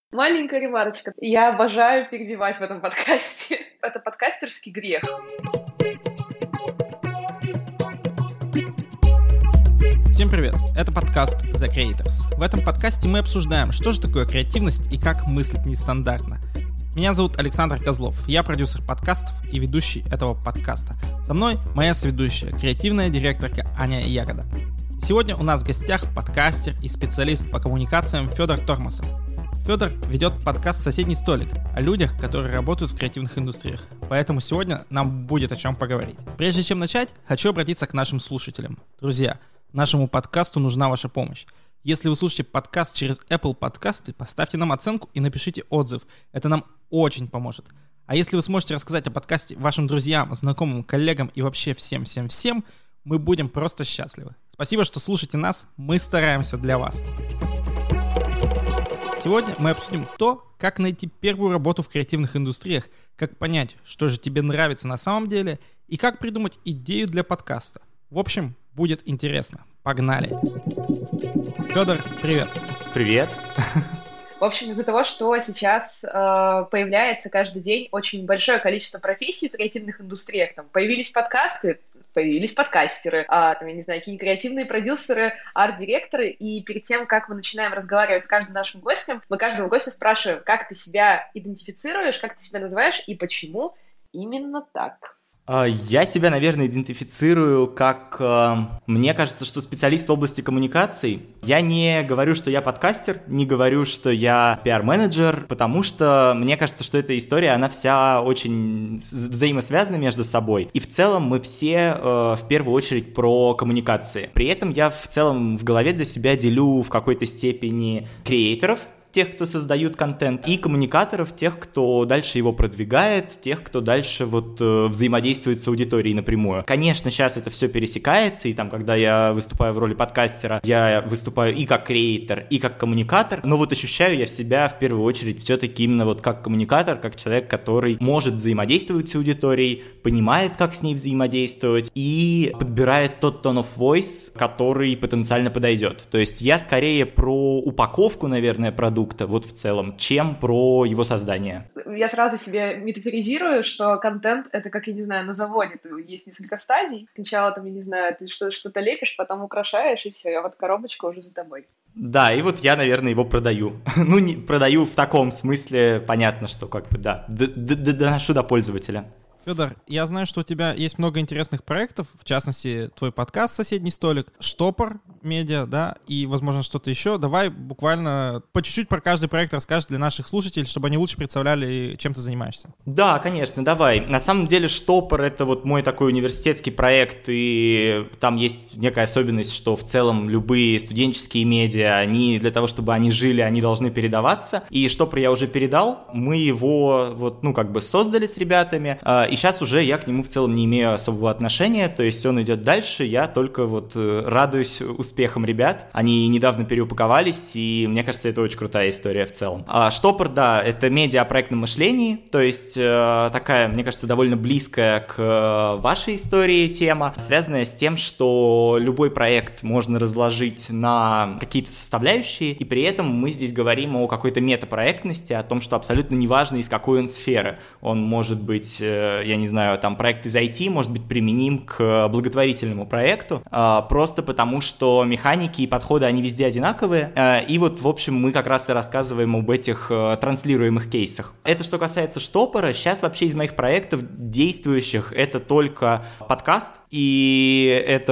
Маленькая ремарочка. Я обожаю перебивать в этом подкасте. Это подкастерский грех. Всем привет! Это подкаст The Creators. В этом подкасте мы обсуждаем, что же такое креативность и как мыслить нестандартно. Меня зовут Александр Козлов, я продюсер подкастов и ведущий этого подкаста. Со мной моя соведущая, креативная директорка Аня Ягода. Сегодня у нас в гостях подкастер и специалист по коммуникациям Федор Тормосов. Федор ведет подкаст «Соседний столик» о людях, которые работают в креативных индустриях. Поэтому сегодня нам будет о чем поговорить. Прежде чем начать, хочу обратиться к нашим слушателям. Друзья, нашему подкасту нужна ваша помощь. Если вы слушаете подкаст через Apple подкасты, поставьте нам оценку и напишите отзыв. Это нам очень поможет. А если вы сможете рассказать о подкасте вашим друзьям, знакомым, коллегам и вообще всем, мы будем просто счастливы. Спасибо, что слушаете нас. Мы стараемся для вас. Сегодня мы обсудим то, как найти первую работу в креативных индустриях, как понять, что же тебе нравится на самом деле, и как придумать идею для подкаста. В общем, будет интересно. Погнали! Федор, привет! Привет! В общем, из-за того, что сейчас появляется каждый день очень большое количество профессий в креативных индустриях, там появились подкасты, появились подкастеры, там, я не знаю, какие креативные продюсеры, арт-директоры, и перед тем, как мы начинаем разговаривать с каждым нашим гостем, мы каждого гостя спрашиваем, как ты себя идентифицируешь, как ты себя называешь и почему именно так. Я себя, наверное, идентифицирую как, мне кажется, что специалист в области коммуникаций. Я не говорю, что я подкастер, не говорю, что я пиар-менеджер, потому что мне кажется, что эта история, она вся очень взаимосвязана между собой. И в целом мы все в первую очередь про коммуникации. При этом я в целом в голове для себя делю в какой-то степени креаторов, тех, кто создают контент, и коммуникаторов, тех, кто дальше его продвигает, тех, кто дальше взаимодействует с аудиторией напрямую. Конечно, сейчас это все пересекается, и там, когда я выступаю в роли подкастера, я выступаю и как креатор, и как коммуникатор, но ощущаю я себя в первую очередь все-таки именно как коммуникатор, как человек, который может взаимодействовать с аудиторией, понимает, как с ней взаимодействовать, и подбирает тот tone of voice, который потенциально подойдет. То есть я скорее про упаковку, наверное, продукта, в целом, чем про его создание. Я сразу себе метафоризирую, что контент — это, как, я не знаю, на заводе. Есть несколько стадий. Сначала, там, я не знаю, ты что-то лепишь, потом украшаешь, и все, коробочка уже за тобой. Да, и я, наверное, его продаю. Не продаю в таком смысле, понятно, что доношу до пользователя. Федор, я знаю, что у тебя есть много интересных проектов, в частности, твой подкаст «Соседний столик», Штопор Медиа, да, и, возможно, что-то еще. Давай буквально по чуть-чуть про каждый проект расскажешь для наших слушателей, чтобы они лучше представляли, чем ты занимаешься. Да, конечно, давай. На самом деле Штопор — это мой такой университетский проект, и там есть некая особенность, что в целом любые студенческие медиа, они для того, чтобы они жили, они должны передаваться. И Штопор я уже передал, мы его создали с ребятами, и сейчас уже я к нему в целом не имею особого отношения, то есть он идет дальше, я только радуюсь успехам ребят. Они недавно переупаковались, и мне кажется, это очень крутая история в целом. Штопор, да, это медиа о проектном мышлении, то есть такая, мне кажется, довольно близкая к вашей истории тема, связанная с тем, что любой проект можно разложить на какие-то составляющие, и при этом мы здесь говорим о какой-то метапроектности, о том, что абсолютно неважно, из какой он сферы. Он может быть, я не знаю, там проект из IT может быть применим к благотворительному проекту, просто потому что механики и подходы, они везде одинаковые, и в общем, мы как раз и рассказываем об этих транслируемых кейсах. Это что касается Штопора. Сейчас вообще из моих проектов действующих это только подкаст, и это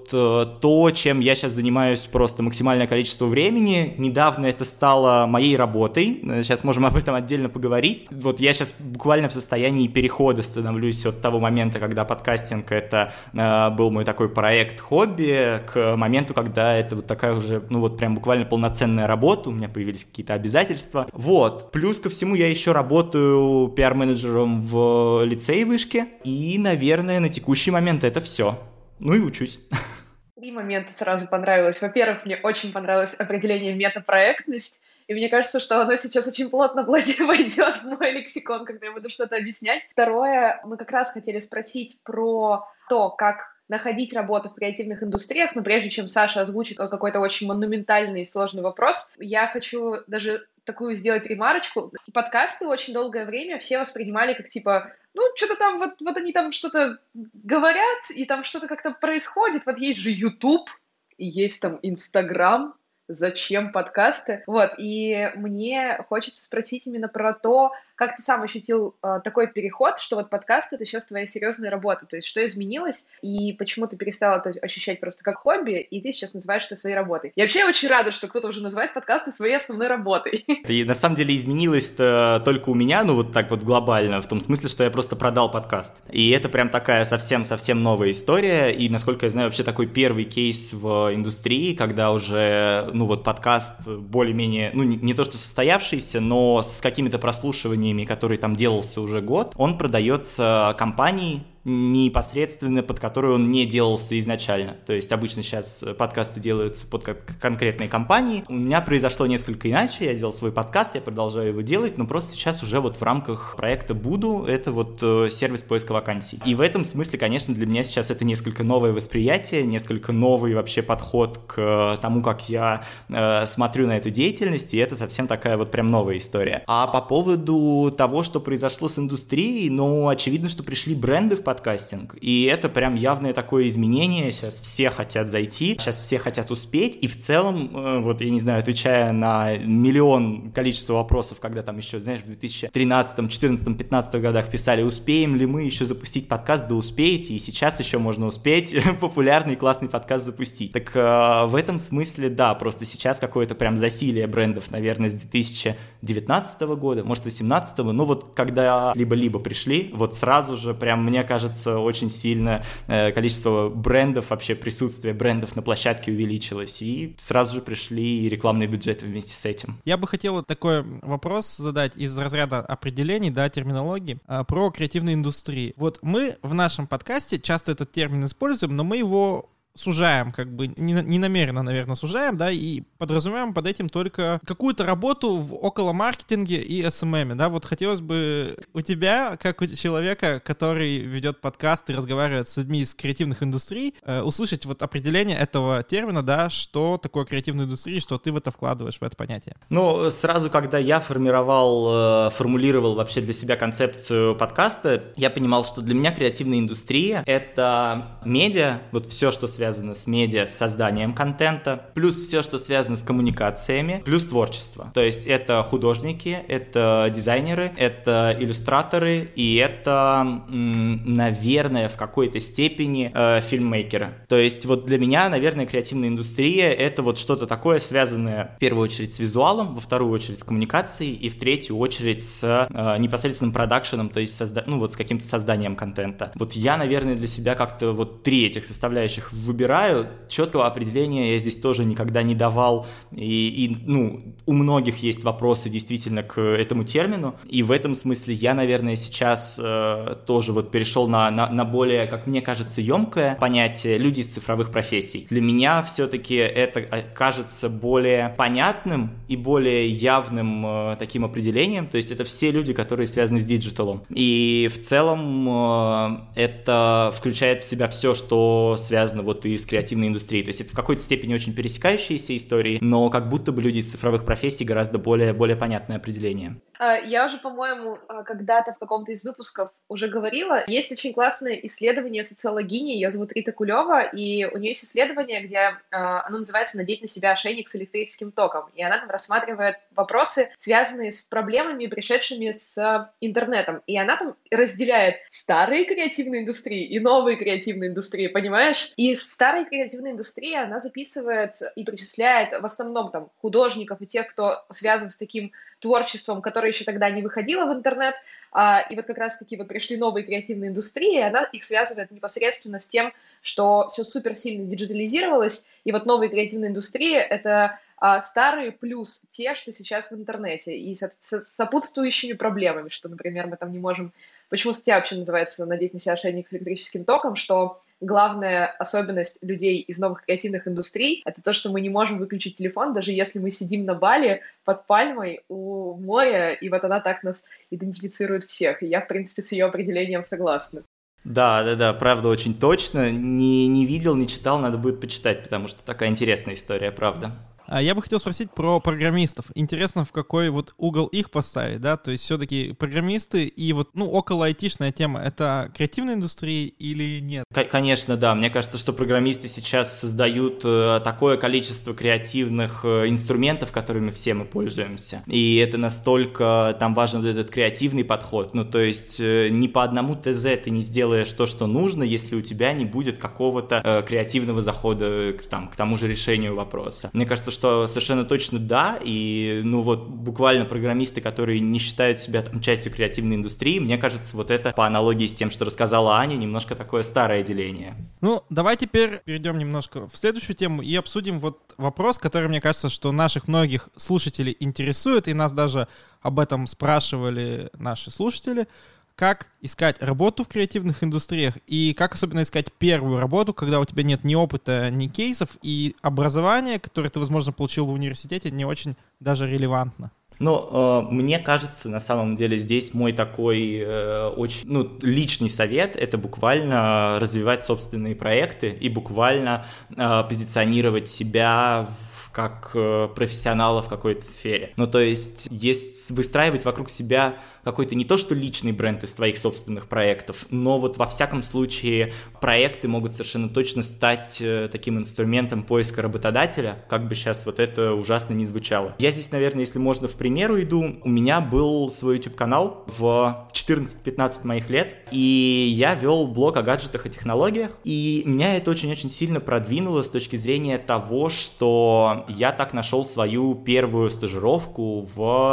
то, чем я сейчас занимаюсь просто максимальное количество времени. Недавно это стало моей работой, сейчас можем об этом отдельно поговорить. Я сейчас буквально в состоянии перехода становлюсь от того момента, когда подкастинг это был мой такой проект, хобби, к моменту, когда это такая уже, прям буквально полноценная работа, у меня появились какие-то обязательства. Плюс ко всему я еще работаю пиар-менеджером в лицее вышки, и, наверное, на текущий момент это все. И учусь. 3 момента сразу понравилось. Во-первых, мне очень понравилось определение метапроектность, и мне кажется, что оно сейчас очень плотно войдет в мой лексикон, когда я буду что-то объяснять. Второе, мы как раз хотели спросить про то, как находить работу в креативных индустриях, но прежде чем Саша озвучит какой-то очень монументальный и сложный вопрос, я хочу даже такую сделать ремарочку. Подкасты очень долгое время все воспринимали как типа, ну, что-то там, вот они там что-то говорят, и там что-то как-то происходит. Вот есть же YouTube, и есть там Instagram, зачем подкасты? Вот, и мне хочется спросить именно про то, как ты сам ощутил такой переход, что вот подкаст — это сейчас твоя серьезная работа, то есть что изменилось, и почему ты перестал это ощущать просто как хобби, и ты сейчас называешь это своей работой. Я вообще очень рада, что кто-то уже называет подкасты своей основной работой. И на самом деле изменилось-то только у меня, ну вот так вот глобально, в том смысле, что я просто продал подкаст. И это прям такая совсем-совсем новая история, и, насколько я знаю, вообще такой первый кейс в индустрии, когда уже, ну вот подкаст более-менее, ну не то что состоявшийся, но с какими-то прослушиваниями, который там делался уже год, он продается компании, непосредственно под которую он не делался изначально. То есть обычно сейчас подкасты делаются под конкретные компании. У меня произошло несколько иначе. Я делал свой подкаст, я продолжаю его делать, но просто сейчас уже вот в рамках проекта Буду, это вот сервис поиска вакансий. И в этом смысле, конечно, для меня сейчас это несколько новое восприятие, несколько новый вообще подход к тому, как я смотрю на эту деятельность, и это совсем такая вот прям новая история. А по поводу того, что произошло с индустрией, ну, очевидно, что пришли бренды в подкастинг, и это прям явное такое изменение, сейчас все хотят зайти, сейчас все хотят успеть, и в целом, вот, я не знаю, отвечая на миллион количества вопросов, когда там еще, знаешь, в 2013, 14, 15 годах писали, успеем ли мы еще запустить подкаст, да успеете, и сейчас еще можно успеть популярный классный подкаст запустить. Так в этом смысле, да, просто сейчас какое-то прям засилие брендов, наверное, с 2019 года, может, 2018, ну вот когда либо пришли, вот сразу же прям, мне кажется, очень сильно количество брендов, вообще присутствие брендов на площадке увеличилось, и сразу же пришли и рекламные бюджеты вместе с этим. Я бы хотел вот такой вопрос задать из разряда определений, да, терминологии, про креативные индустрии. Вот мы в нашем подкасте часто этот термин используем, но мы его сужаем, как бы не намеренно, наверное, сужаем, да, и подразумеваем под этим только какую-то работу в околомаркетинге и SMM, да, вот хотелось бы у тебя, как у человека, который ведет подкаст и разговаривает с людьми из креативных индустрий, услышать вот определение этого термина, да, что такое креативная индустрия, что ты в это вкладываешь, в это понятие. Ну, сразу, когда я формулировал вообще для себя концепцию подкаста, я понимал, что для меня креативная индустрия — это медиа, вот все, что связано с медиа, с созданием контента, плюс все, что связано с коммуникациями, плюс творчество. То есть это художники, это дизайнеры, это иллюстраторы, и это, наверное, в какой-то степени фильммейкеры. То есть вот для меня, наверное, креативная индустрия — это вот что-то такое, связанное в первую очередь с визуалом, во вторую очередь с коммуникацией, и в третью очередь с непосредственным продакшеном, то есть вот с каким-то созданием контента. Вот я, наверное, для себя как-то вот три этих составляющих выбираю. Четкого определения я здесь тоже никогда не давал, и у многих есть вопросы действительно к этому термину, и в этом смысле я, наверное, сейчас тоже вот перешел на более, как мне кажется, емкое понятие люди из цифровых профессий. Для меня все-таки это кажется более понятным и более явным таким определением, то есть это все люди, которые связаны с диджиталом, и в целом это включает в себя все, что связано вот и с креативной индустрией. То есть это в какой-то степени очень пересекающиеся истории, но как будто бы люди из цифровых профессий гораздо более понятное определение. Я уже, по-моему, когда-то в каком-то из выпусков уже говорила, есть очень классное исследование социологини, ее зовут Рита Кулева, и у нее есть исследование, где оно называется «Надеть на себя ошейник с электрическим током», и она там рассматривает вопросы, связанные с проблемами, пришедшими с интернетом, и она там разделяет старые креативные индустрии и новые креативные индустрии, понимаешь? И в старой креативной индустрии она записывает и причисляет в основном там художников и тех, кто связан с таким творчеством, которое еще тогда не выходило в интернет, и вот как раз-таки вот пришли новые креативные индустрии, и она их связывает непосредственно с тем, что все супер сильно диджитализировалось, и вот новые креативные индустрии — это старые плюс те, что сейчас в интернете, и с сопутствующими проблемами, что, например, мы там не можем... Почему статья вообще называется «Надеть на себя ошейник с электрическим током», что главная особенность людей из новых креативных индустрий — это то, что мы не можем выключить телефон, даже если мы сидим на Бали под пальмой у моря, и вот она так нас идентифицирует всех. И я, в принципе, с ее определением согласна. Да, правда, очень точно. Не видел, не читал, надо будет почитать, потому что такая интересная история, правда. Я бы хотел спросить про программистов. Интересно, в какой вот угол их поставить, да? То есть все-таки программисты и вот, около айтишная тема, это креативная индустрия или нет? Конечно, да. Мне кажется, что программисты сейчас создают такое количество креативных инструментов, которыми все мы пользуемся. И это настолько там важен вот этот креативный подход. То есть ни по одному ТЗ ты не сделаешь то, что нужно, если у тебя не будет какого-то креативного захода к тому же решению вопроса. Мне кажется, что совершенно точно да, и буквально программисты, которые не считают себя частью креативной индустрии, мне кажется, вот это по аналогии с тем, что рассказала Аня, немножко такое старое деление. Давай теперь перейдем немножко в следующую тему и обсудим вот вопрос, который, мне кажется, что наших многих слушателей интересует, и нас даже об этом спрашивали наши слушатели. Как искать работу в креативных индустриях и как особенно искать первую работу, когда у тебя нет ни опыта, ни кейсов, и образование, которое ты, возможно, получил в университете, не очень даже релевантно? Мне кажется, на самом деле здесь мой такой очень личный совет — это буквально развивать собственные проекты и буквально позиционировать себя как профессионала в какой-то сфере. То есть выстраивать вокруг себя какой-то не то что личный бренд из твоих собственных проектов, но вот во всяком случае проекты могут совершенно точно стать таким инструментом поиска работодателя, как бы сейчас вот это ужасно не звучало. Я здесь, наверное, если можно, в пример уйду. У меня был свой YouTube-канал в 14-15 моих лет, и я вел блог о гаджетах и технологиях, и меня это очень-очень сильно продвинуло с точки зрения того, что я так нашел свою первую стажировку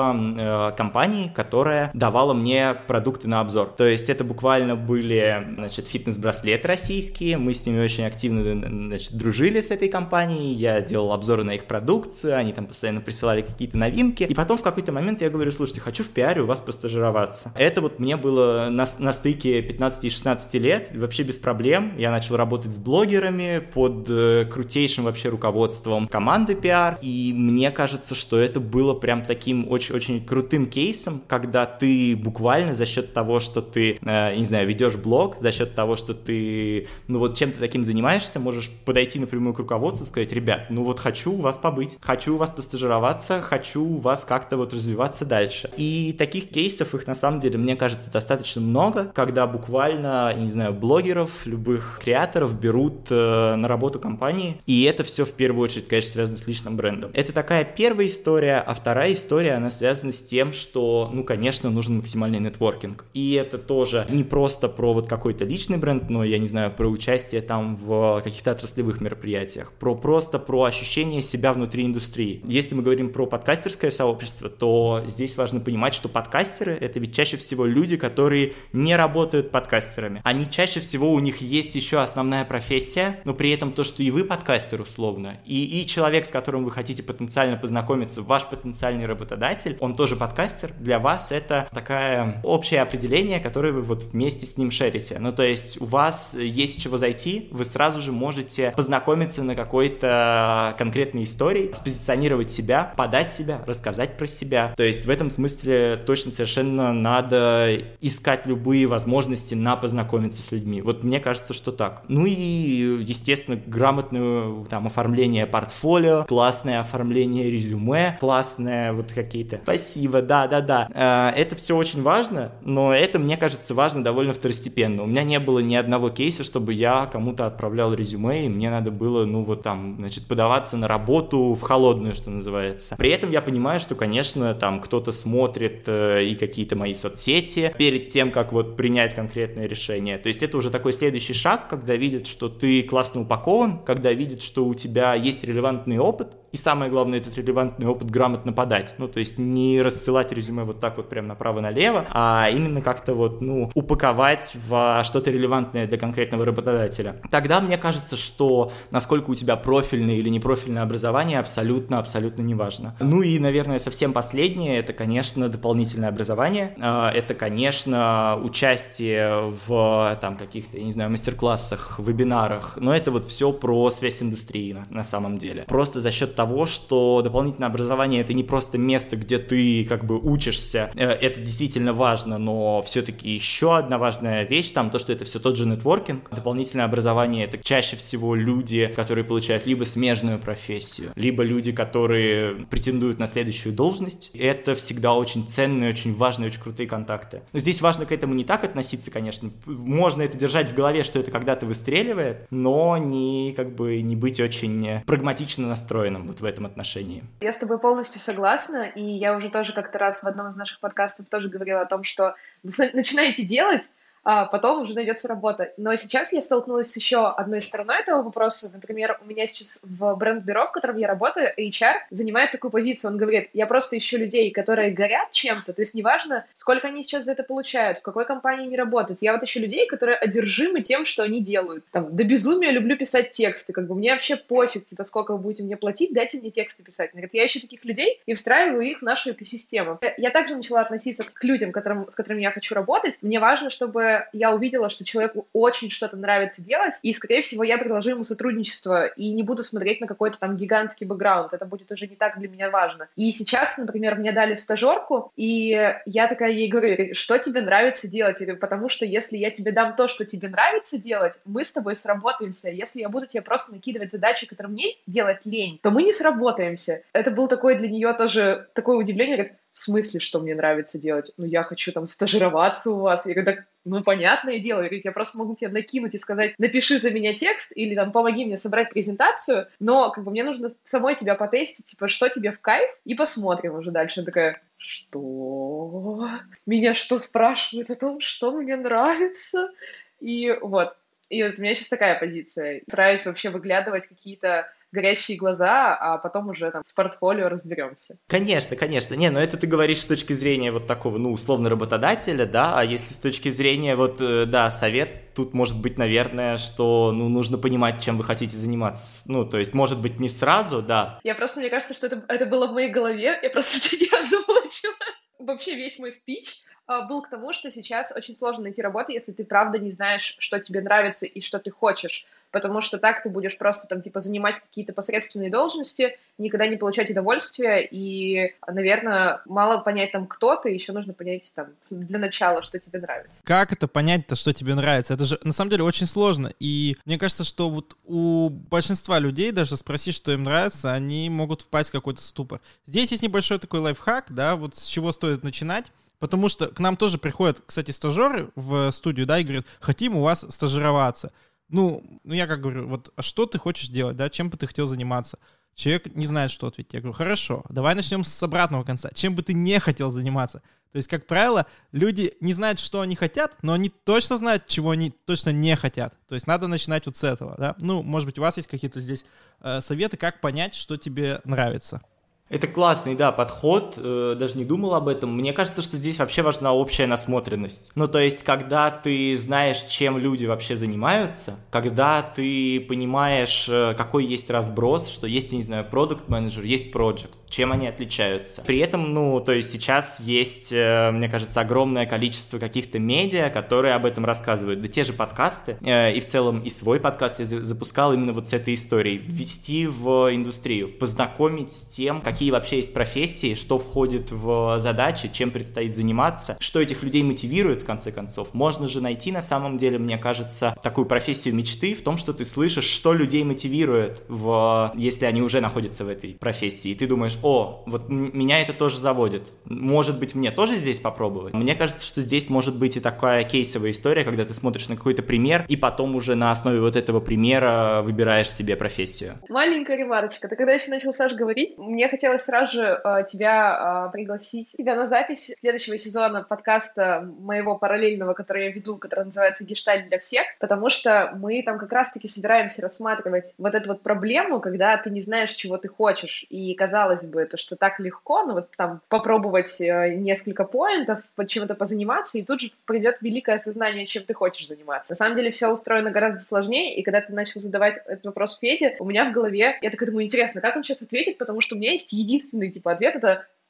в компании, которая давала мне продукты на обзор. То есть это буквально были, фитнес-браслеты российские, мы с ними очень активно, дружили с этой компанией, я делал обзоры на их продукцию, они там постоянно присылали какие-то новинки, и потом в какой-то момент я говорю: слушайте, хочу в пиаре у вас постажироваться. Это вот мне было на стыке 15 и 16 лет, вообще без проблем. Я начал работать с блогерами под крутейшим вообще руководством команды пиар, и мне кажется, что это было прям таким очень-очень крутым кейсом, когда ты буквально за счет того, что ты, ведешь блог, за счет того, что ты, чем-то таким занимаешься, можешь подойти напрямую к руководству и сказать: ребят, хочу у вас побыть, хочу у вас постажироваться, хочу у вас как-то развиваться дальше. И таких кейсов, их на самом деле, мне кажется, достаточно много, когда буквально, блогеров, любых креаторов берут на работу компании, и это все в первую очередь, конечно, связано с личным брендом. Это такая первая история, а вторая история, она связана с тем, что, конечно, нужен максимальный нетворкинг. И это тоже не просто про какой-то личный бренд, но, про участие там в каких-то отраслевых мероприятиях, просто про ощущение себя внутри индустрии. Если мы говорим про подкастерское сообщество, то здесь важно понимать, что подкастеры — это ведь чаще всего люди, которые не работают подкастерами. Они чаще всего, у них есть еще основная профессия, но при этом то, что и вы подкастер условно, и человек, с которым вы хотите потенциально познакомиться, ваш потенциальный работодатель, он тоже подкастер. Для вас это такое общее определение, которое вы вместе с ним шерите. То есть у вас есть с чего зайти, вы сразу же можете познакомиться на какой-то конкретной истории, спозиционировать себя, подать себя, рассказать про себя. То есть в этом смысле точно совершенно надо искать любые возможности познакомиться с людьми. Мне кажется, что так. И, естественно, грамотное оформление портфолио, классное оформление резюме, классное какие-то... Спасибо, да. Это все очень важно, но это, мне кажется, важно довольно второстепенно. У меня не было ни одного кейса, чтобы я кому-то отправлял резюме, и мне надо было, подаваться на работу в холодную, что называется. При этом я понимаю, что, конечно, кто-то смотрит и какие-то мои соцсети перед тем, как принять конкретное решение. То есть это уже такой следующий шаг, когда видят, что ты классно упакован, когда видят, что у тебя есть релевантный опыт, и самое главное, этот релевантный опыт грамотно подать. То есть не рассылать резюме прям направо-налево, а именно как-то упаковать в что-то релевантное для конкретного работодателя. Тогда мне кажется, что насколько у тебя профильное или непрофильное образование абсолютно не важно. И, наверное, совсем последнее, это, конечно, дополнительное образование. Это, конечно, участие в каких-то, мастер-классах, вебинарах. Но это все про связь с индустрией на самом деле. Просто за счет того, что дополнительное образование — это не просто место, где ты как бы учишься, это действительно важно, но все-таки еще одна важная вещь там, то, что это все тот же нетворкинг. Дополнительное образование — это чаще всего люди, которые получают либо смежную профессию, либо люди, которые претендуют на следующую должность. Это всегда очень ценные, очень важные, очень крутые контакты. Но здесь важно к этому не так относиться, конечно. Можно это держать в голове, что это когда-то выстреливает, но не быть очень прагматично настроенным вот в этом отношении. Я с тобой полностью согласна, и я уже тоже как-то раз в одном из наших подкастов тоже говорила о том, что начинайте делать, а потом уже найдется работа. Но сейчас я столкнулась с еще одной стороной этого вопроса. Например, у меня сейчас в бренд-бюро, в котором я работаю, HR занимает такую позицию. Он говорит, я просто ищу людей, которые горят чем-то, то есть неважно, сколько они сейчас за это получают, в какой компании они работают. Я вот ищу людей, которые одержимы тем, что они делают. Там, до безумия люблю писать тексты, мне вообще пофиг, сколько вы будете мне платить, дайте мне тексты писать. Он говорит, я ищу таких людей и встраиваю их в нашу экосистему. Я также начала относиться к людям, с которыми я хочу работать. Мне важно, чтобы я увидела, что человеку очень что-то нравится делать, и, скорее всего, я предложу ему сотрудничество, и не буду смотреть на какой-то там гигантский бэкграунд, это будет уже не так для меня важно. И сейчас, например, мне дали стажерку, и я такая ей говорю, что тебе нравится делать? Я говорю, потому что если я тебе дам то, что тебе нравится делать, мы с тобой сработаемся. Если я буду тебе просто накидывать задачи, которые мне делать лень, то мы не сработаемся. Это был такой для нее тоже такое удивление, говорит, в смысле, что мне нравится делать? Я хочу там стажироваться у вас. Я говорю, понятное дело. Я просто могу тебе накинуть и сказать, напиши за меня текст или там помоги мне собрать презентацию, но мне нужно самой тебя потестить, что тебе в кайф, и посмотрим уже дальше. Она такая, что? Меня что, спрашивают о том, что мне нравится? И вот у меня сейчас такая позиция. Стараюсь вообще выглядывать какие-то горящие глаза, а потом уже там с портфолио разберемся. Конечно. Но это ты говоришь с точки зрения вот такого, условно, работодателя, да, а если с точки зрения совет, тут может быть, наверное, что, нужно понимать, чем вы хотите заниматься. То есть, может быть, не сразу, да. Мне кажется, что это было в моей голове, я просто это не озвучила. Вообще весь мой спич был к тому, что сейчас очень сложно найти работу, если ты правда не знаешь, что тебе нравится и что ты хочешь, потому что так ты будешь просто занимать какие-то посредственные должности, никогда не получать удовольствия, и, наверное, мало понять кто ты, еще нужно понять для начала, что тебе нравится. Как это понять-то, что тебе нравится? Это же на самом деле очень сложно, и мне кажется, что вот у большинства людей даже спросить, что им нравится, они могут впасть в какой-то ступор. Здесь есть небольшой такой лайфхак, да, вот с чего стоит начинать. Потому что к нам тоже приходят, кстати, стажеры в студию, да, и говорят, хотим у вас стажироваться. Я как говорю, вот что ты хочешь делать, да, чем бы ты хотел заниматься? Человек не знает, что ответить. Я говорю, хорошо, давай начнем с обратного конца. Чем бы ты не хотел заниматься? То есть, как правило, люди не знают, что они хотят, но они точно знают, чего они точно не хотят. То есть, надо начинать вот с этого, да. Может быть, у вас есть какие-то здесь советы, как понять, что тебе нравится? Это классный, да, подход, даже не думал об этом. Мне кажется, что здесь вообще важна общая насмотренность. То есть, когда ты знаешь, чем люди вообще занимаются, когда ты понимаешь, какой есть разброс, что есть, я не знаю, продукт-менеджер, есть project, чем они отличаются. При этом, то есть сейчас есть, мне кажется, огромное количество каких-то медиа, которые об этом рассказывают. Да те же подкасты, и в целом и свой подкаст я запускал именно вот с этой историей. Ввести в индустрию, познакомить с тем, какие вообще есть профессии, что входит в задачи, чем предстоит заниматься, что этих людей мотивирует в конце концов. Можно же найти на самом деле, мне кажется, такую профессию мечты в том, что ты слышишь, что людей мотивирует, если они уже находятся в этой профессии. И ты думаешь, вот меня это тоже заводит. Может быть, мне тоже здесь попробовать? Мне кажется, что здесь может быть и такая кейсовая история, когда ты смотришь на какой-то пример, и потом уже на основе вот этого примера выбираешь себе профессию. Маленькая ремарочка. Ты когда еще начал, Саш, говорить, мне хотелось сразу же тебя пригласить на запись следующего сезона подкаста моего параллельного, который я веду, который называется «Гештальт для всех», потому что мы там как раз-таки собираемся рассматривать вот эту вот проблему, когда ты не знаешь, чего ты хочешь, и казалось бы, то, что так легко, попробовать несколько поинтов, под чем-то позаниматься, и тут же придет великое осознание, чем ты хочешь заниматься. На самом деле все устроено гораздо сложнее, и когда ты начал задавать этот вопрос Феде, у меня в голове, я так думаю, интересно, как он сейчас ответит, потому что у меня есть единственный ответ — это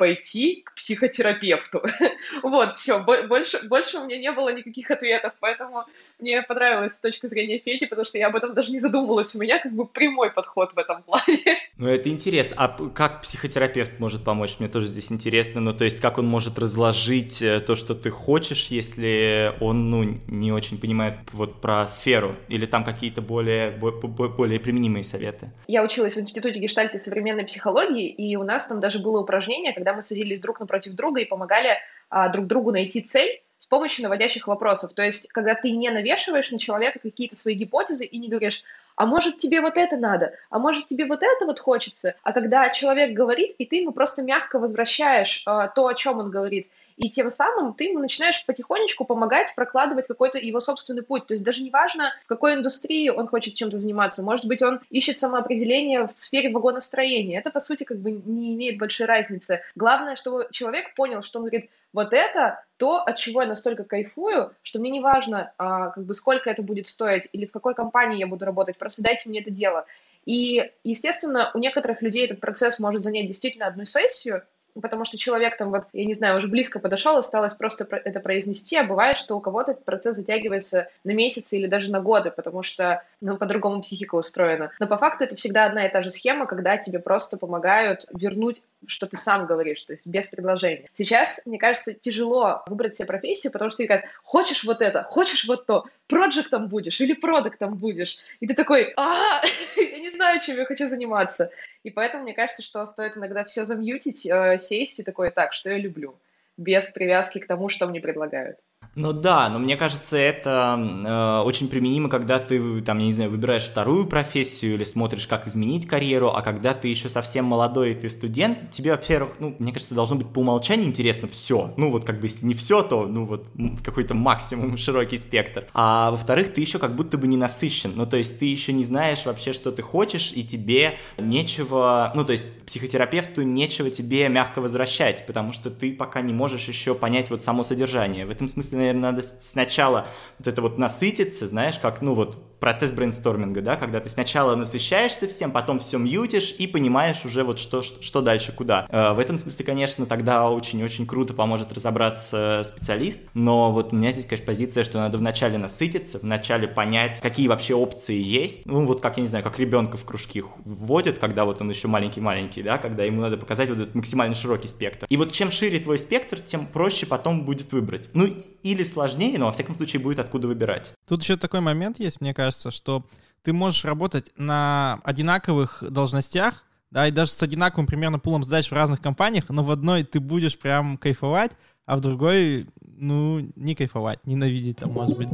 пойти к психотерапевту. Вот, все, больше у меня не было никаких ответов, поэтому мне понравилась точка зрения Феди, потому что я об этом даже не задумывалась. У меня как бы прямой подход в этом плане. Ну, это интересно. А как психотерапевт может помочь? Мне тоже здесь интересно. Ну, то есть, как он может разложить то, что ты хочешь, если он, ну, не очень понимает вот про сферу? Или там какие-то более применимые советы? Я училась в Институте гештальта и современной психологии, и у нас там даже было упражнение, когда мы садились друг напротив друга и помогали друг другу найти цель с помощью наводящих вопросов. То есть, когда ты не навешиваешь на человека какие-то свои гипотезы и не говоришь: а может тебе вот это надо, а может тебе вот это вот хочется, а когда человек говорит, и ты ему просто мягко возвращаешь то, о чем он говорит, и тем самым ты ему начинаешь потихонечку помогать прокладывать какой-то его собственный путь. То есть даже не важно, в какой индустрии он хочет чем-то заниматься. Может быть, он ищет самоопределение в сфере вагоностроения. Это, по сути, как бы не имеет большой разницы. Главное, чтобы человек понял, что он говорит: вот это то, от чего я настолько кайфую, что мне не важно, как бы сколько это будет стоить или в какой компании я буду работать, просто дайте мне это дело. И, естественно, у некоторых людей этот процесс может занять действительно одну сессию, потому что человек там, вот, я не знаю, уже близко подошел, осталось просто это произнести, а бывает, что у кого-то этот процесс затягивается на месяцы или даже на годы, потому что, ну, по-другому психика устроена. Но по факту это всегда одна и та же схема, когда тебе просто помогают вернуть, что ты сам говоришь, то есть без предложения. Сейчас, мне кажется, тяжело выбрать себе профессию, потому что ты говорят: хочешь вот это, хочешь вот то, проджектом будешь или продуктом будешь. И ты такой: я не знаю, чем я хочу заниматься. И поэтому мне кажется, что стоит иногда все замьютить, сесть и такое: так, что я люблю, без привязки к тому, что мне предлагают. Ну да, но мне кажется, это очень применимо, когда ты, там, я не знаю, выбираешь вторую профессию или смотришь, как изменить карьеру, а когда ты еще совсем молодой, и ты студент, тебе, во-первых, ну, мне кажется, должно быть по умолчанию интересно все. Ну, вот как бы, если не все, то, ну, вот какой-то максимум, широкий спектр. А во-вторых, ты еще как будто бы не насыщен. Ну, то есть ты еще не знаешь вообще, что ты хочешь, и тебе нечего, ну, то есть психотерапевту нечего тебе мягко возвращать, потому что ты пока не можешь еще понять вот само содержание. В этом смысле, наверное, надо сначала вот это вот насытиться, знаешь, как, ну, вот процесс брейнсторминга, да, когда ты сначала насыщаешься всем, потом все мьютишь и понимаешь уже вот что дальше, куда. В этом смысле, конечно, тогда очень-очень круто поможет разобраться специалист, но вот у меня здесь, конечно, позиция, что надо вначале насытиться, вначале понять, какие вообще опции есть. Ну, вот как, я не знаю, как ребенка в кружки вводят, когда вот он еще маленький-маленький, да, когда ему надо показать вот этот максимально широкий спектр. И вот чем шире твой спектр, тем проще потом будет выбрать. Ну, или сложнее, но во всяком случае будет откуда выбирать. Тут еще такой момент есть, мне кажется, что ты можешь работать на одинаковых должностях, да, и даже с одинаковым примерно пулом задач в разных компаниях, но в одной ты будешь прям кайфовать, а в другой, ну, не кайфовать, ненавидеть там, может быть.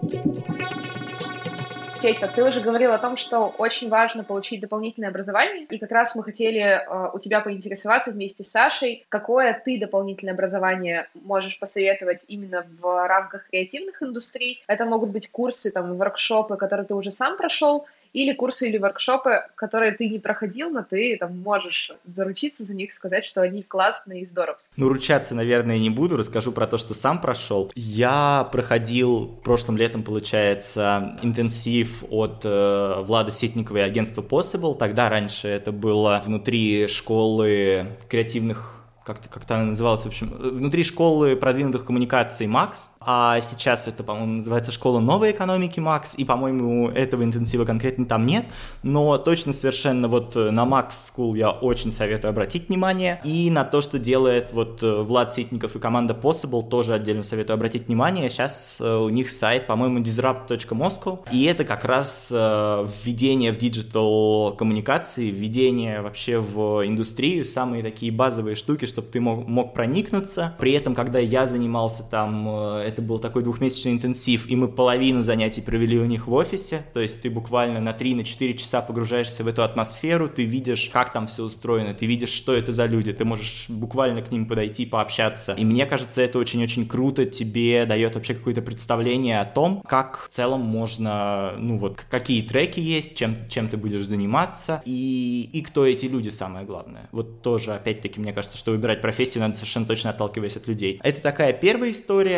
Федька, ты уже говорил о том, что очень важно получить дополнительное образование, и как раз мы хотели у тебя поинтересоваться вместе с Сашей, какое ты дополнительное образование можешь посоветовать именно в рамках креативных индустрий. Это могут быть курсы, там, воркшопы, которые ты уже сам прошел, или курсы или воркшопы, которые ты не проходил, но ты там можешь заручиться за них, сказать, что они классные и здоровские. Ну, ручаться, наверное, не буду, расскажу про то, что сам прошел. Я проходил прошлым летом, получается, интенсив от Влада Ситникова и агентства Possible. Тогда раньше это было внутри школы креативных, как-то она называлась, в общем, внутри школы продвинутых коммуникаций МАКС, а сейчас это, по-моему, называется школа новой экономики МАКС, и, по-моему, этого интенсива конкретно там нет, но точно совершенно вот на МАКС School я очень советую обратить внимание, и на то, что делает вот Влад Ситников и команда Possible, тоже отдельно советую обратить внимание. Сейчас у них сайт, по-моему, disrupt.moscow, и это как раз введение в диджитал коммуникации, введение вообще в индустрию, самые такие базовые штуки, чтобы ты мог проникнуться. При этом, когда я занимался там, это был такой 2-месячный интенсив, и мы половину занятий провели у них в офисе, то есть ты буквально на 3-4 часа погружаешься в эту атмосферу, ты видишь, как там все устроено, ты видишь, что это за люди, ты можешь буквально к ним подойти, пообщаться. И мне кажется, это очень-очень круто, тебе дает вообще какое-то представление о том, как в целом можно, ну вот, какие треки есть, чем ты будешь заниматься, и кто эти люди, самое главное. Вот тоже, опять-таки, мне кажется, что выбирать профессию надо совершенно точно, отталкиваясь от людей. Это такая первая история, а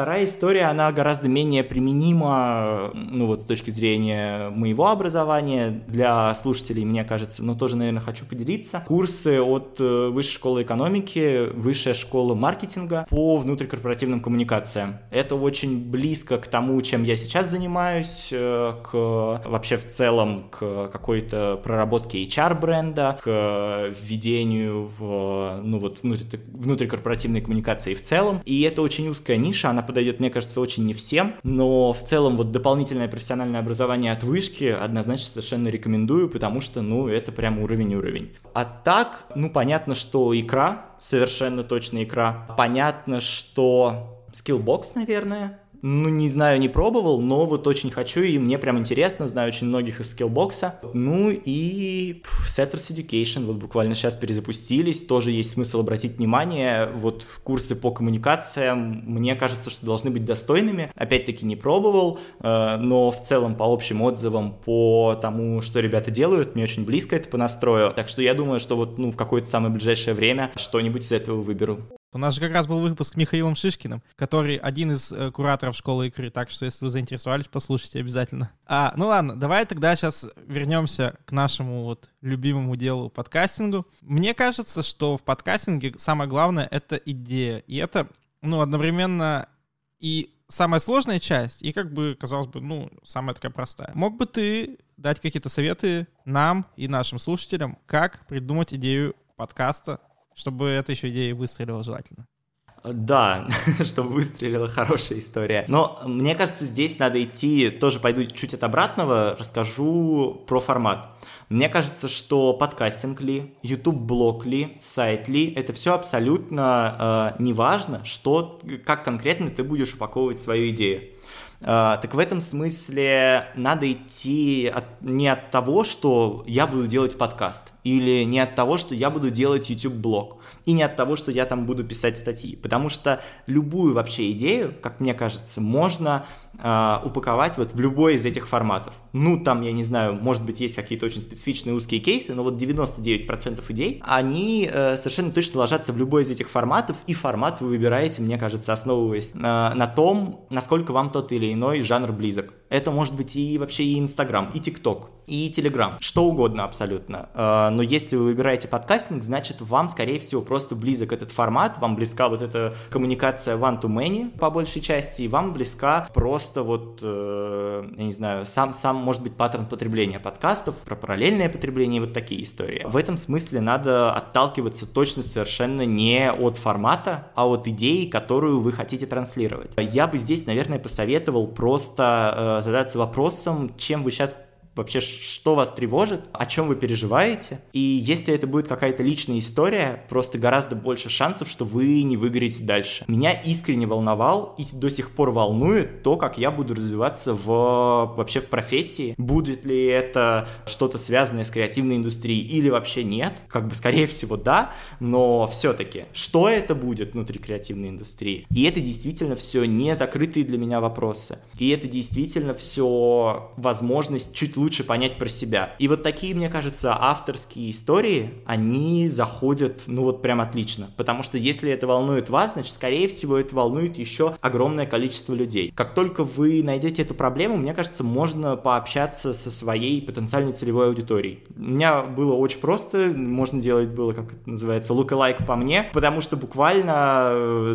вторая история, она гораздо менее применима, ну вот с точки зрения моего образования. Для слушателей, мне кажется, тоже, наверное, хочу поделиться. Курсы от Высшей школы экономики, Высшая школа маркетинга по внутрикорпоративным коммуникациям. Это очень близко к тому, чем я сейчас занимаюсь, вообще в целом к какой-то проработке HR-бренда, к введению в внутрикорпоративные коммуникации в целом. И это очень узкая ниша, она подойдет, мне кажется, очень не всем, но в целом вот дополнительное профессиональное образование от вышки однозначно совершенно рекомендую, потому что, это прям уровень. А так, понятно, что икра, совершенно точно икра. Понятно, что Skillbox, наверное. Не знаю, не пробовал, но вот очень хочу, и мне прям интересно, знаю очень многих из Skillbox. И Setters Education, вот буквально сейчас перезапустились, тоже есть смысл обратить внимание, вот курсы по коммуникациям, мне кажется, что должны быть достойными, опять-таки не пробовал, но в целом по общим отзывам, по тому, что ребята делают, мне очень близко это по настрою, так что я думаю, что вот в какое-то самое ближайшее время что-нибудь из этого выберу. У нас же как раз был выпуск с Михаилом Шишкиным, который один из кураторов школы икры, так что если вы заинтересовались, послушайте обязательно. Ладно, давай тогда сейчас вернемся к нашему любимому делу подкастингу. Мне кажется, что в подкастинге самое главное — это идея, и это, одновременно и самая сложная часть, и казалось бы, самая такая простая. Мог бы ты дать какие-то советы нам и нашим слушателям, как придумать идею подкаста, чтобы эта еще идея выстрелила желательно? Да, чтобы выстрелила хорошая история. Но мне кажется, здесь надо идти, тоже пойду чуть от обратного, расскажу про формат. Мне кажется, что подкастинг ли, YouTube-блог ли, сайт ли, это все абсолютно неважно, как конкретно ты будешь упаковывать свою идею. Так в этом смысле надо идти не от того, что я буду делать подкаст, или не от того, что я буду делать YouTube-блог, и не от того, что я там буду писать статьи, потому что любую вообще идею, как мне кажется, можно упаковать в любой из этих форматов. Там, я не знаю, может быть, есть какие-то очень специфичные узкие кейсы, но 99% идей, они совершенно точно ложатся в любой из этих форматов, и формат вы выбираете, мне кажется, основываясь на том, насколько вам тот или иной жанр близок. Это может быть и вообще и Инстаграм, и ТикТок, и Телеграм, что угодно абсолютно. Но если вы выбираете подкастинг, значит, вам, скорее всего, просто близок этот формат, вам близка эта коммуникация one-to-many по большей части, и вам близка просто я не знаю, сам может быть паттерн потребления подкастов, про параллельное потребление, такие истории. В этом смысле надо отталкиваться точно совершенно не от формата, а от идеи, которую вы хотите транслировать. Я бы здесь, наверное, посоветовал просто задаться вопросом, чем вы сейчас вообще, что вас тревожит, о чем вы переживаете. И если это будет какая-то личная история, просто гораздо больше шансов, что вы не выгорите дальше. Меня искренне волновал и до сих пор волнует то, как я буду развиваться вообще в профессии. Будет ли это что-то связанное с креативной индустрией или вообще нет? Скорее всего, да, но все-таки, что это будет внутри креативной индустрии? И это действительно все не закрытые для меня вопросы. И это действительно все возможность чуть лучше понять про себя. И такие, мне кажется, авторские истории, они заходят, прям отлично. Потому что если это волнует вас, значит, скорее всего, это волнует еще огромное количество людей. Как только вы найдете эту проблему, мне кажется, можно пообщаться со своей потенциальной целевой аудиторией. У меня было очень просто, можно делать было, как это называется, look-alike по мне, потому что буквально,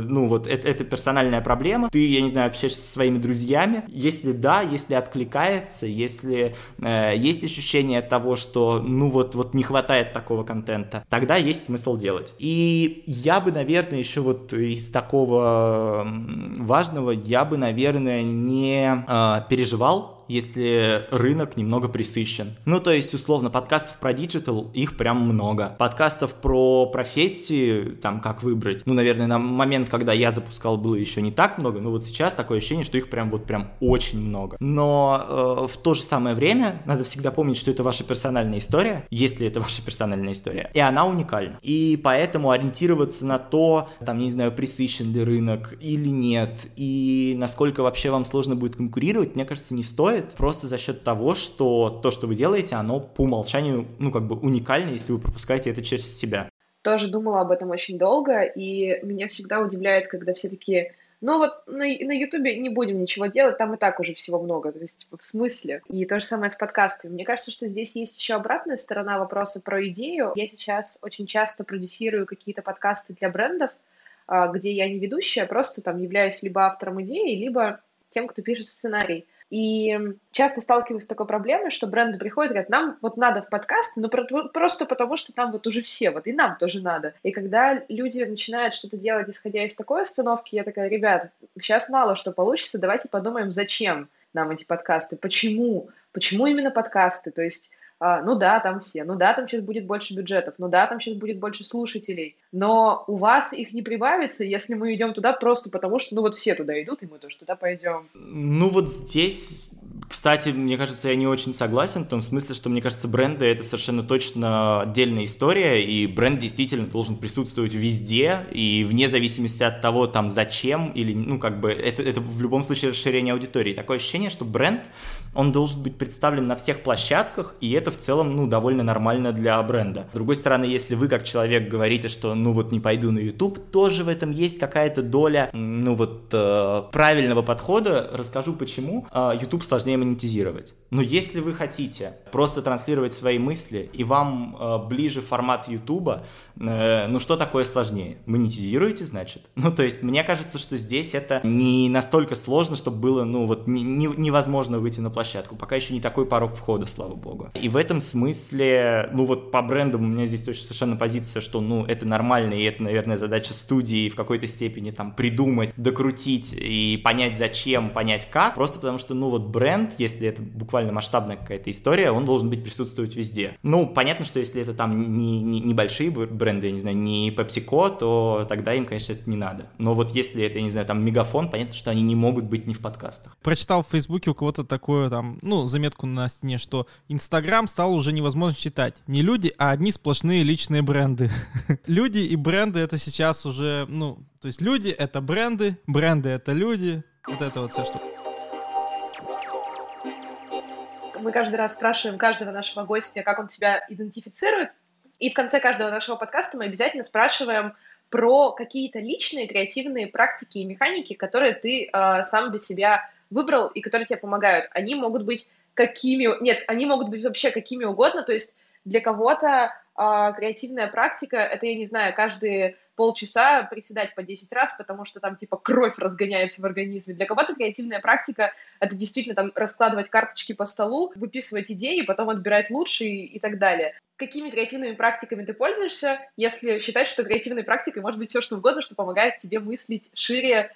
это персональная проблема. Ты, я не знаю, общаешься со своими друзьями. Если да, если откликается, если есть ощущение того, что не хватает такого контента, тогда есть смысл делать. И я бы, наверное, еще из такого важного, я бы, наверное, не переживал, если рынок немного пресыщен. То есть, условно, подкастов про диджитал, их прям много. Подкастов про профессию, как выбрать, наверное, на момент, когда я запускал, было еще не так много, но сейчас такое ощущение, что их прям очень много. Но в то же самое время надо всегда помнить, что это ваша персональная история, если это ваша персональная история, и она уникальна. И поэтому ориентироваться на то, не знаю, пресыщен ли рынок или нет, и насколько вообще вам сложно будет конкурировать, мне кажется, не стоит. Просто за счет того, что то, что вы делаете, оно по умолчанию, уникально, если вы пропускаете это через себя. Тоже думала об этом очень долго, и меня всегда удивляет, когда все такие: ну вот на Ютубе не будем ничего делать, там и так уже всего много, то есть в смысле. И то же самое с подкастами. Мне кажется, что здесь есть еще обратная сторона вопроса про идею. Я сейчас очень часто продюсирую какие-то подкасты для брендов, где я не ведущая, просто там являюсь либо автором идеи, либо тем, кто пишет сценарий. И часто сталкиваюсь с такой проблемой, что бренды приходят и говорят, нам вот надо в подкаст, но просто потому, что там вот уже все, вот и нам тоже надо. И когда люди начинают что-то делать, исходя из такой установки, я такая, ребят, сейчас мало что получится, давайте подумаем, зачем нам эти подкасты, почему именно подкасты, то есть ну да, там все, ну да, там сейчас будет больше бюджетов, ну да, там сейчас будет больше слушателей, но у вас их не прибавится, если мы идем туда просто потому, что, ну вот все туда идут, и мы тоже туда пойдем. Ну вот здесь, кстати, мне кажется, я не очень согласен в том смысле, что, мне кажется, бренды — это совершенно точно отдельная история, и бренд действительно должен присутствовать везде, и вне зависимости от того, там, зачем, или, ну, как бы, это в любом случае расширение аудитории. Такое ощущение, что бренд, он должен быть представлен на всех площадках, и это в целом, ну, довольно нормально для бренда. С другой стороны, если вы, как человек, говорите, что, ну, вот не пойду на YouTube, тоже в этом есть какая-то доля, ну, вот, правильного подхода. Расскажу, почему. YouTube сложнее монетизировать. Но если вы хотите просто транслировать свои мысли, и вам ближе формат YouTube, ну, что такое сложнее? Монетизируете, значит? Ну, то есть, мне кажется, что здесь это не настолько сложно, чтобы было, ну, вот, невозможно выйти на площадку. Пока еще не такой порог входа, слава богу. И в этом смысле, ну, вот по брендам у меня здесь точно совершенно позиция, что, ну, это нормально, и это, наверное, задача студии в какой-то степени там придумать, докрутить и понять зачем, понять как. Просто потому что, ну, вот бренд, если это буквально масштабная какая-то история, он должен быть присутствовать везде. Ну, понятно, что если это там не небольшие бренды, я не знаю, не PepsiCo, то тогда им, конечно, это не надо. Но вот если это, я не знаю, там Мегафон, понятно, что они не могут быть не в подкастах. Прочитал в Фейсбуке у кого-то такое там, ну, заметку на стене, что Инстаграм стал уже невозможно читать. Не люди, а одни сплошные личные бренды. Люди и бренды — это сейчас уже, ну, то есть люди — это бренды, бренды — это люди. Вот это вот все, что... Мы каждый раз спрашиваем каждого нашего гостя, как он себя идентифицирует, и в конце каждого нашего подкаста мы обязательно спрашиваем про какие-то личные креативные практики и механики, которые ты сам для себя выбрал и которые тебе помогают. Они могут быть они могут быть вообще какими угодно, то есть для кого-то креативная практика — это, я не знаю, каждые полчаса приседать по 10 раз, потому что там типа кровь разгоняется в организме. Для кого-то креативная практика — это действительно там раскладывать карточки по столу, выписывать идеи, потом отбирать лучшие и так далее. Какими креативными практиками ты пользуешься, если считать, что креативной практикой может быть все что угодно, что помогает тебе мыслить шире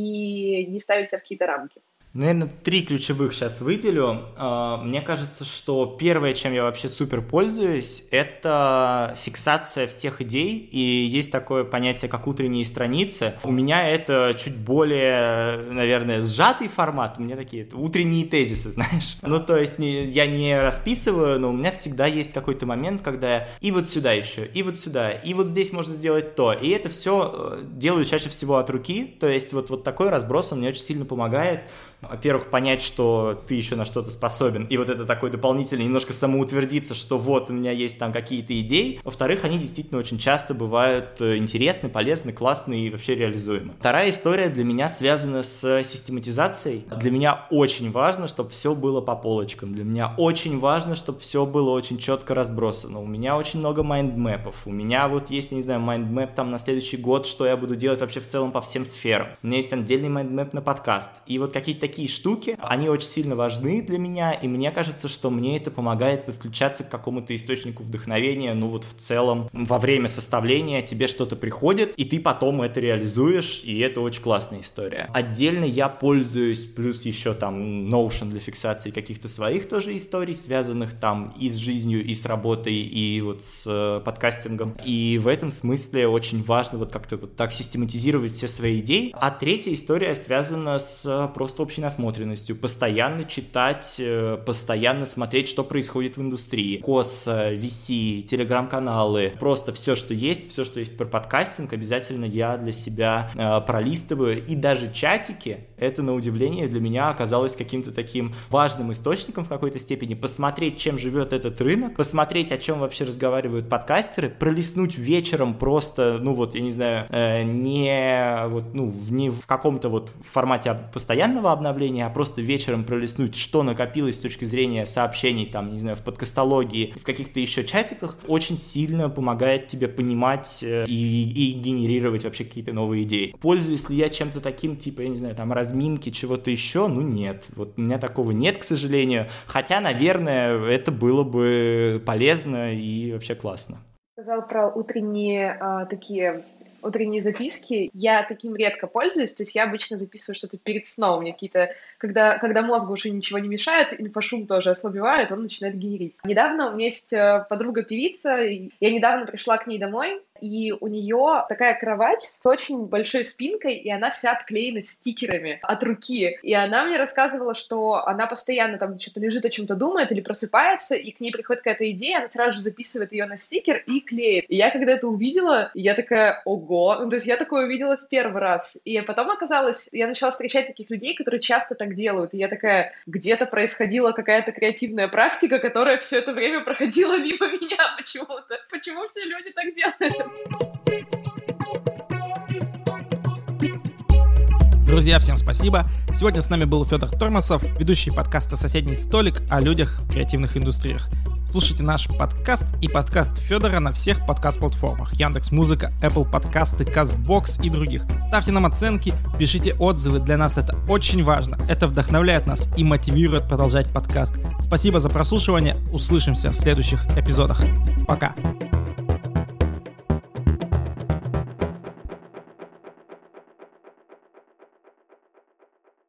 и не ставить себя в какие-то рамки? Наверное, 3 ключевых сейчас выделю. Мне кажется, что первое, чем я вообще супер пользуюсь, это фиксация всех идей, и есть такое понятие, как утренние страницы. У меня это чуть более, наверное, сжатый формат, у меня такие утренние тезисы, знаешь. Ну, то есть я не расписываю, но у меня всегда есть какой-то момент, когда я и вот сюда еще, и вот сюда, и вот здесь можно сделать то, и это все делаю чаще всего от руки, то есть вот такой разброс, он мне очень сильно помогает. Во-первых, понять, что ты еще на что-то способен, и вот это такой дополнительный, немножко самоутвердиться, что вот у меня есть там какие-то идеи. Во-вторых, они действительно очень часто бывают интересны, полезны, классны и вообще реализуемы. Вторая история для меня связана с систематизацией. Для меня очень важно, чтобы все было по полочкам. Для меня очень важно, чтобы все было очень четко разбросано. У меня очень много майндмэпов. У меня вот есть, не знаю, майндмэп там на следующий год, что я буду делать вообще в целом по всем сферам. У меня есть отдельный майндмэп на подкаст. И вот какие-то такие штуки, они очень сильно важны для меня, и мне кажется, что мне это помогает подключаться к какому-то источнику вдохновения, ну вот в целом во время составления тебе что-то приходит, и ты потом это реализуешь, и это очень классная история. Отдельно я пользуюсь, плюс еще там Notion для фиксации каких-то своих тоже историй, связанных там и с жизнью, и с работой, и вот с подкастингом, и в этом смысле очень важно вот как-то вот так систематизировать все свои идеи. А третья история связана с просто общей насмотренностью, постоянно читать, постоянно смотреть, что происходит в индустрии. КОС, VC, телеграм-каналы, просто все, что есть про подкастинг, обязательно я для себя пролистываю. И даже чатики, это, на удивление, для меня оказалось каким-то таким важным источником в какой-то степени, посмотреть, чем живет этот рынок, посмотреть, о чем вообще разговаривают подкастеры, пролистнуть вечером просто, я не знаю, не в каком-то формате постоянного обновления, а просто вечером пролистнуть, что накопилось с точки зрения сообщений, там, не знаю, в подкастологии, в каких-то еще чатиках, очень сильно помогает тебе понимать и генерировать вообще какие-то новые идеи. Пользуюсь ли я чем-то таким, типа, я не знаю, там, разминки, чего-то еще? Нет. Вот у меня такого нет, к сожалению. Хотя, наверное, это было бы полезно и вообще классно. Сказал про утренние записки. Я таким редко пользуюсь, то есть я обычно записываю что-то перед сном. У меня какие-то, когда мозгу уже ничего не мешает, инфошум тоже ослабевает, он начинает генерить. Недавно у меня есть подруга-певица, я недавно пришла к ней домой, и у нее такая кровать с очень большой спинкой, и она вся обклеена стикерами от руки. И она мне рассказывала, что она постоянно там что-то лежит, о чем-то думает или просыпается, и к ней приходит какая-то идея, она сразу же записывает ее на стикер и клеит. И я когда это увидела, я такая, ого, то есть я такое увидела в первый раз. И потом оказалось, я начала встречать таких людей, которые часто так делают. И я такая, где-то происходила какая-то креативная практика, которая все это время проходила мимо меня почему-то. Почему все люди так делают? Друзья, всем спасибо. Сегодня с нами был Федор Тормосов, ведущий подкаста «Соседний столик» о людях в креативных индустриях. Слушайте наш подкаст и подкаст Федора на всех подкаст-платформах: Яндекс.Музыка, Apple подкасты, Castbox и других. Ставьте нам оценки, пишите отзывы, для нас это очень важно. Это вдохновляет нас и мотивирует продолжать подкаст. Спасибо за прослушивание, услышимся в следующих эпизодах. Пока!